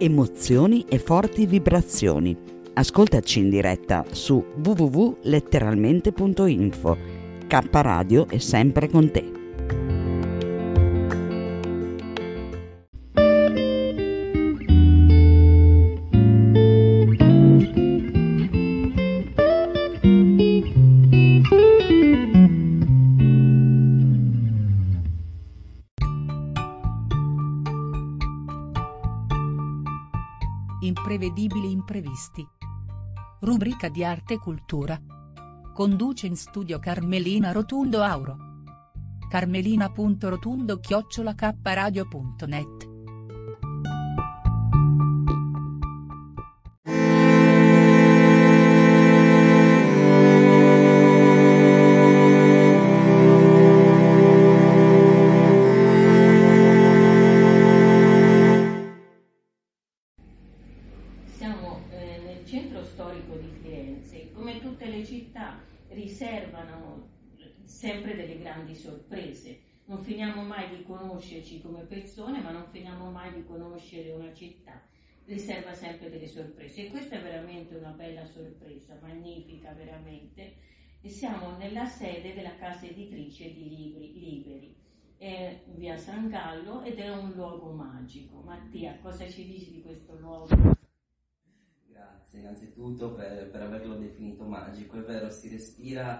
emozioni e forti vibrazioni. Ascoltaci in diretta su www.letteralmente.info. K Radio è sempre con te. Imprevedibili imprevisti. Rubrica di arte e cultura. Conduce in studio Carmelina Rotundo Auro. carmelina.rotundo@kradio.net. Riservano sempre delle grandi sorprese. Non finiamo mai di conoscerci come persone, ma non finiamo mai di conoscere una città. Riserva sempre delle sorprese e questa è veramente una bella sorpresa, magnifica veramente. E siamo nella sede della casa editrice di Libri Liberi, è via San Gallo ed è un luogo magico. Mattia, cosa ci dici di questo luogo? Grazie innanzitutto per averlo definito magico. È vero, si respira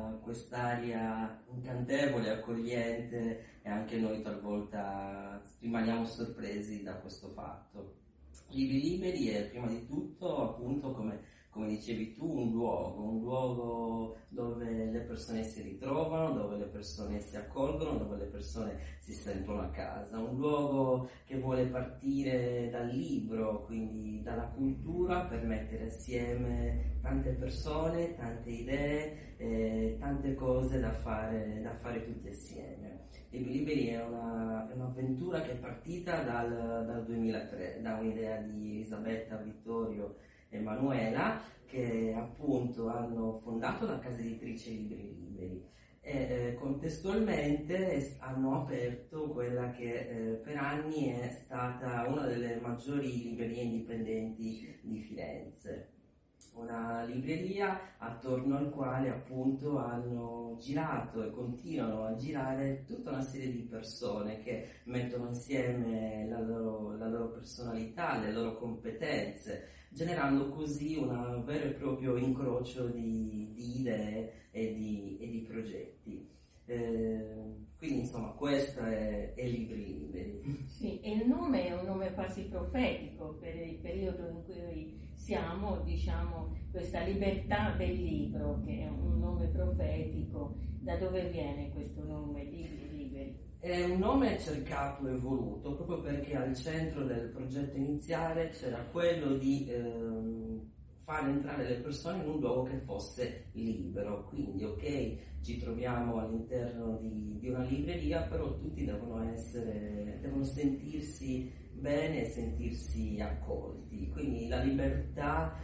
quest'aria incantevole, accogliente, e anche noi talvolta rimaniamo sorpresi da questo fatto. Libri Liberi è prima di tutto, appunto, come dicevi tu, un luogo dove le persone si ritrovano, dove le persone si accolgono, dove le persone si sentono a casa, un luogo che vuole partire dal libro, quindi dalla cultura, per mettere assieme tante persone, tante idee, tante cose da fare tutti assieme. Libri Liberi è un'avventura che è partita dal 2003, da un'idea di Elisabetta, Vittorio e Manuela, che appunto hanno fondato la casa editrice Libri Liberi e contestualmente hanno aperto quella che per anni è stata una delle maggiori librerie indipendenti di Firenze. Una libreria attorno al quale appunto hanno girato e continuano a girare tutta una serie di persone che mettono insieme la loro personalità, le loro competenze, generando così un vero e proprio incrocio di idee e di progetti. Quindi insomma questa è Libri Liberi. Sì, e il nome è un nome quasi profetico per il periodo in cui siamo, diciamo, questa libertà del libro, che è un nome profetico. Da dove viene questo nome, Libri Liberi? È un nome cercato e voluto proprio perché al centro del progetto iniziale c'era quello di far entrare le persone in un luogo che fosse libero, quindi ok, ci troviamo all'interno di una libreria, però tutti devono sentirsi bene e sentirsi accolti, quindi la libertà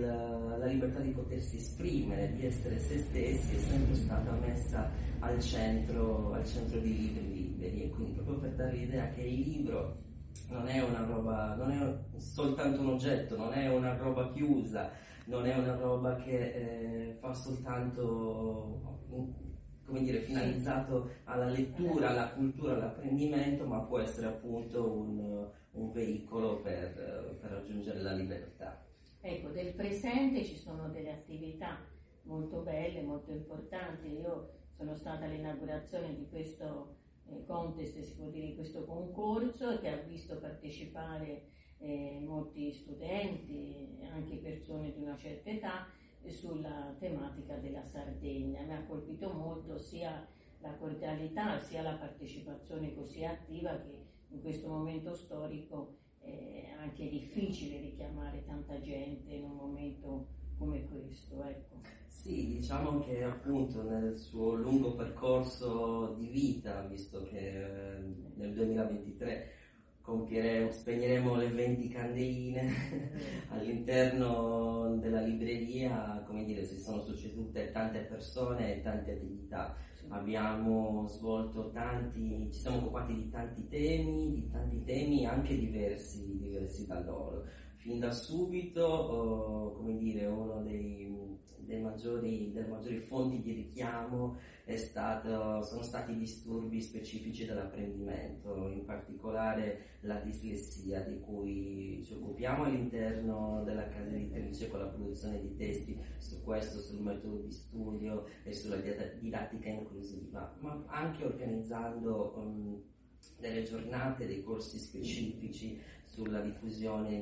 di potersi esprimere, di essere se stessi è sempre stata messa al centro di Libri Liberi, e quindi proprio per dare l'idea che il libro non è una roba, non è soltanto un oggetto, non è una roba chiusa, non è una roba che fa soltanto, come dire, finalizzato alla lettura, alla cultura, all'apprendimento, ma può essere appunto un veicolo per raggiungere la libertà. Ecco, del presente ci sono delle attività molto belle, molto importanti. Io sono stata all'inaugurazione di questo contest, si può dire, questo concorso, che ha visto partecipare molti studenti, anche persone di una certa età, sulla tematica della Sardegna. Mi ha colpito molto sia la cordialità sia la partecipazione così attiva, che in questo momento storico è anche difficile richiamare tanta gente in un momento come questo, ecco. Sì, diciamo che appunto nel suo lungo percorso di vita, visto che nel 2023 spegneremo le 20 candeline all'interno della libreria, come dire, si sono succedute tante persone e tante attività. Abbiamo svolto ci siamo occupati di tanti temi anche diversi da loro. Fin da subito, come dire, uno delle maggiori fonti di richiamo sono stati i disturbi specifici dell'apprendimento, in particolare la dislessia, di cui ci occupiamo all'interno della casa editrice con la produzione di testi su questo, sul metodo di studio e sulla didattica inclusiva, ma anche organizzando delle giornate, dei corsi specifici sulla diffusione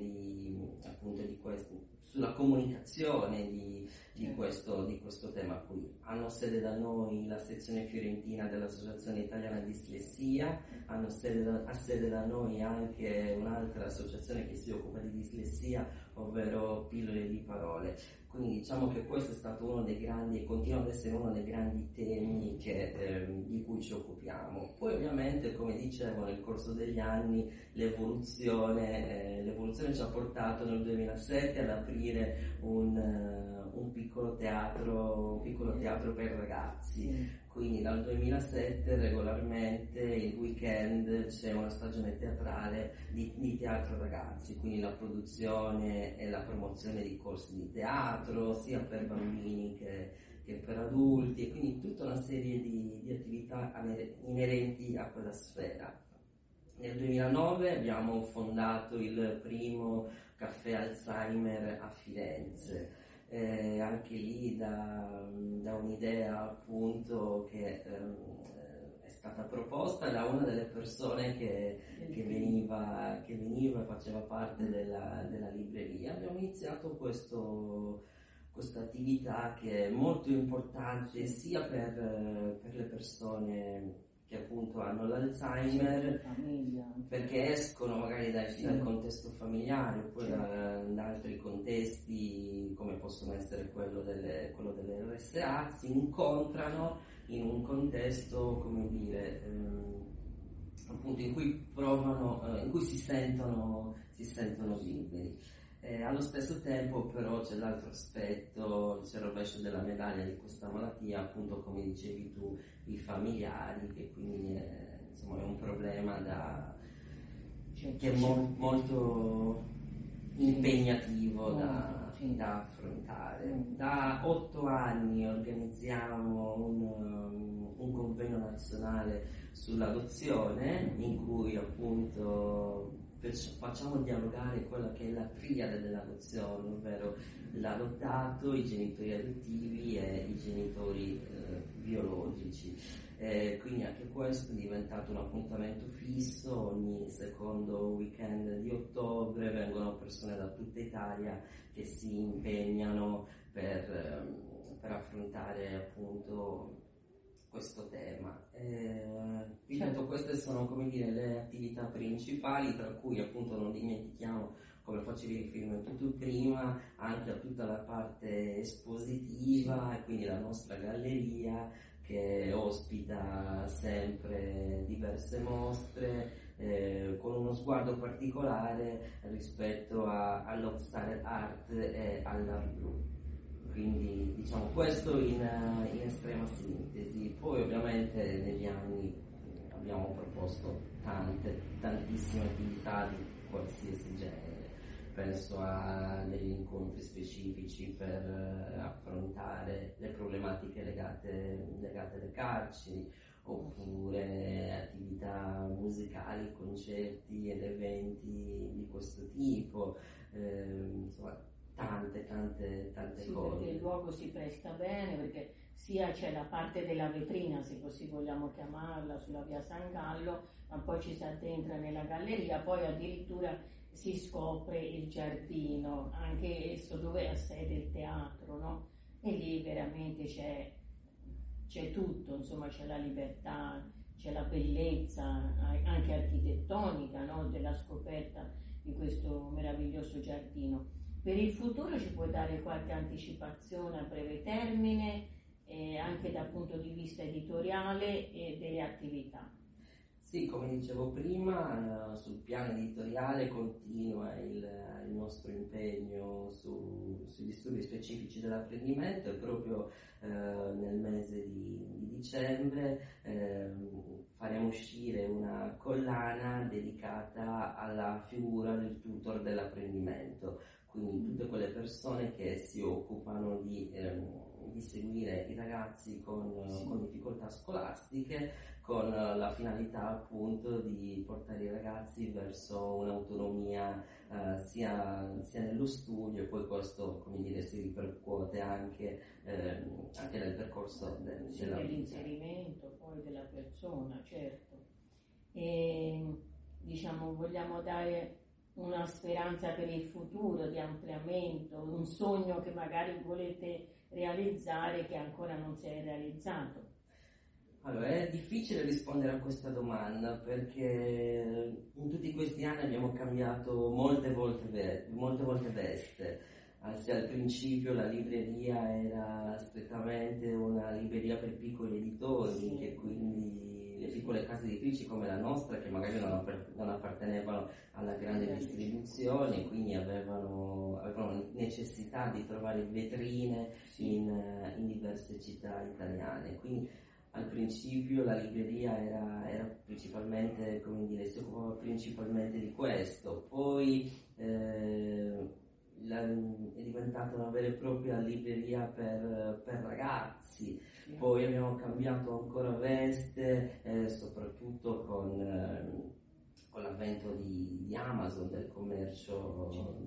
sulla comunicazione di questo tema qui. Hanno sede da noi la sezione fiorentina dell'Associazione Italiana Dislessia, ha sede da noi anche un'altra associazione che si occupa di dislessia, ovvero Pillole di Parole. Quindi diciamo che questo è stato uno dei grandi e continua ad essere uno dei grandi temi di cui ci occupiamo. Poi ovviamente, come dicevo, nel corso degli anni l'evoluzione ci ha portato nel 2007 ad aprire un piccolo teatro per ragazzi. Quindi dal 2007 regolarmente il weekend c'è una stagione teatrale di teatro ragazzi, quindi la produzione e la promozione di corsi di teatro sia per bambini che per adulti, e quindi tutta una serie di attività inerenti a quella sfera. Nel 2009 abbiamo fondato il primo caffè Alzheimer a Firenze. Anche lì da un'idea appunto che è stata proposta da una delle persone che veniva e faceva parte della libreria. Abbiamo iniziato questa attività che è molto importante sia per le persone che appunto hanno l'Alzheimer, perché escono magari dal contesto familiare oppure da altri contesti come possono essere quello delle RSA, si incontrano in un contesto, come dire, appunto in cui in cui si sentono liberi. Allo stesso tempo però c'è l'altro aspetto, c'è il rovescio della medaglia di questa malattia, appunto come dicevi tu, i familiari, che quindi è un problema che è molto impegnativo da affrontare. Da 8 anni organizziamo un convegno nazionale sull'adozione, in cui appunto facciamo dialogare quella che è la triade dell'adozione, ovvero l'adottato, i genitori adottivi e i genitori biologici. Quindi anche questo è diventato un appuntamento fisso. Ogni secondo weekend di ottobre vengono persone da tutta Italia che si impegnano per affrontare appunto questo tema. Ripeto, queste sono, come dire, le attività principali, tra cui appunto non dimentichiamo, come facevi riferimento tu prima, anche a tutta la parte espositiva, e quindi la nostra galleria che ospita sempre diverse mostre con uno sguardo particolare rispetto all'Oxford Art e all'Art Blu. Quindi diciamo questo in estrema sintesi. Poi ovviamente negli anni abbiamo proposto tantissime attività di qualsiasi genere, penso a degli incontri specifici per affrontare le problematiche legate alle carceri, oppure attività musicali, concerti ed eventi di questo tipo, insomma tante cose. Perché il luogo si presta bene, perché sia c'è la parte della vetrina, se così vogliamo chiamarla, sulla via San Gallo, ma poi ci si addentra nella galleria, poi addirittura si scopre il giardino, anche esso dove ha sede il teatro, no? E lì veramente c'è tutto, insomma c'è la libertà, c'è la bellezza anche architettonica, no? Della scoperta di questo meraviglioso giardino. Per il futuro ci puoi dare qualche anticipazione a breve termine, anche dal punto di vista editoriale e delle attività? Sì, come dicevo prima, sul piano editoriale continua il nostro impegno sugli studi specifici dell'apprendimento e proprio nel mese di dicembre faremo uscire una collana dedicata alla figura del tutor dell'apprendimento, quindi tutte quelle persone che si occupano di seguire i ragazzi con difficoltà scolastiche, con la finalità appunto di portare i ragazzi verso un'autonomia sia nello studio, e poi questo, come dire, si ripercuote anche nel percorso dell'inserimento poi della persona, certo. E diciamo vogliamo dare una speranza per il futuro di ampliamento, un sogno che magari volete realizzare che ancora non si è realizzato. Allora, è difficile rispondere a questa domanda perché in tutti questi anni abbiamo cambiato molte volte veste. Se al principio la libreria era strettamente una libreria per piccoli editori, che quindi le piccole case editrici come la nostra, che magari non appartenevano alla grande distribuzione, quindi avevano necessità di trovare vetrine in diverse città italiane. Quindi al principio la libreria era principalmente, come dire, si occupava principalmente di questo, poi è diventata una vera e propria libreria per ragazzi, poi abbiamo cambiato ancora veste, soprattutto con l'avvento di Amazon, del commercio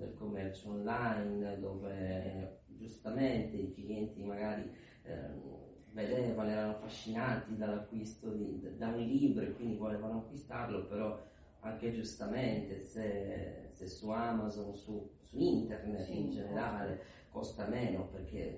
online, dove giustamente i clienti magari vedevano, erano affascinati dall'acquisto da un libro e quindi volevano acquistarlo, però anche giustamente se su Amazon, su internet in generale costa meno, perché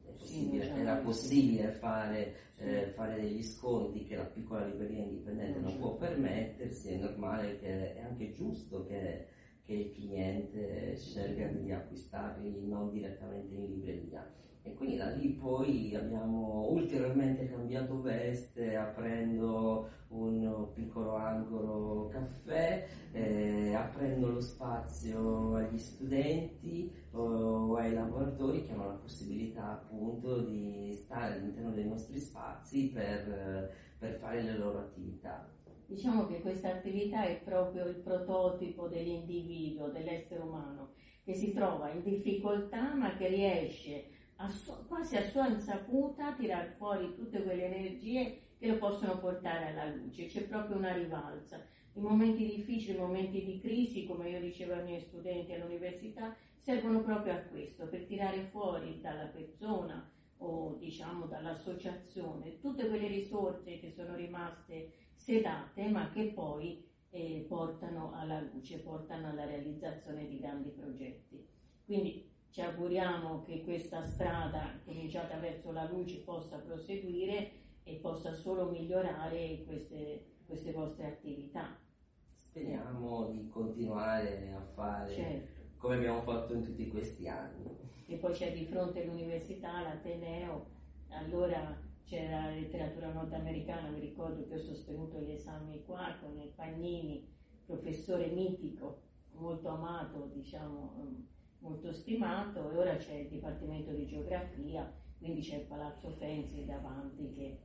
era possibile fare degli sconti che la piccola libreria indipendente non può permettersi, è normale, è anche giusto che il cliente scelga di acquistarli non direttamente in libreria. E quindi da lì poi abbiamo ulteriormente cambiato veste, aprendo un piccolo angolo caffè, aprendo lo spazio agli studenti o ai lavoratori che hanno la possibilità appunto di stare all'interno dei nostri spazi per fare le loro attività. Diciamo che questa attività è proprio il prototipo dell'individuo, dell'essere umano, che si trova in difficoltà ma che riesce quasi a sua insaputa a tirar fuori tutte quelle energie che lo possono portare alla luce. C'è proprio una rivalsa. I momenti difficili, i momenti di crisi, come io dicevo ai miei studenti all'università, servono proprio a questo, per tirare fuori dalla persona o diciamo dall'associazione tutte quelle risorse che sono rimaste sedate ma che poi portano alla luce, portano alla realizzazione di grandi progetti. Quindi ci auguriamo che questa strada cominciata verso la luce possa proseguire e possa solo migliorare queste vostre attività. Speriamo di continuare a fare come abbiamo fatto in tutti questi anni. E poi c'è di fronte l'università, l'Ateneo, allora c'era la letteratura nordamericana, mi ricordo che ho sostenuto gli esami qua con il Pagnini, professore mitico, molto amato, diciamo, molto stimato, e ora c'è il Dipartimento di Geografia, quindi c'è il Palazzo Fenzi davanti che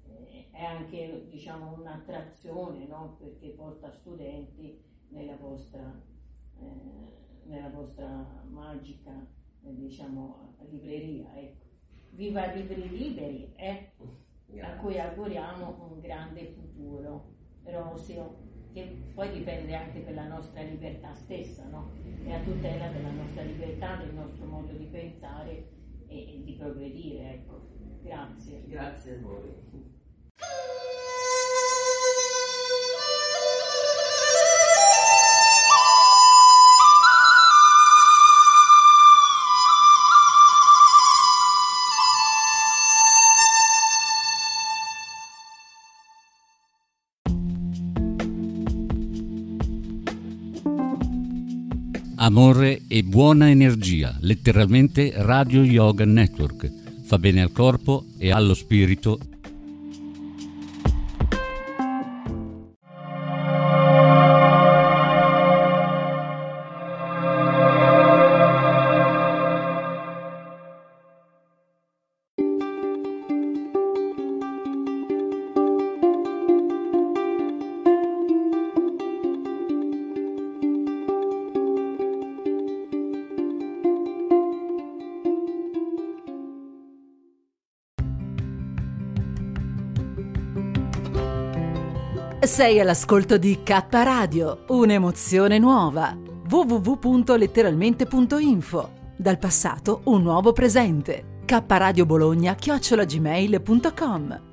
è anche, diciamo, un'attrazione, no? Perché porta studenti nella vostra magica, diciamo, libreria, ecco. Viva Libri Liberi, a cui auguriamo un grande futuro, roseo, che poi dipende anche per la nostra libertà stessa, no? E a tutela della nostra libertà, del nostro modo di pensare e di progredire, ecco. Grazie. Grazie a voi. Amore e buona energia, letteralmente Radio Yoga Network. Fa bene al corpo e allo spirito. Sei all'ascolto di K Radio, un'emozione nuova. www.letteralmente.info. Dal passato un nuovo presente. kradiobologna@gmail.com.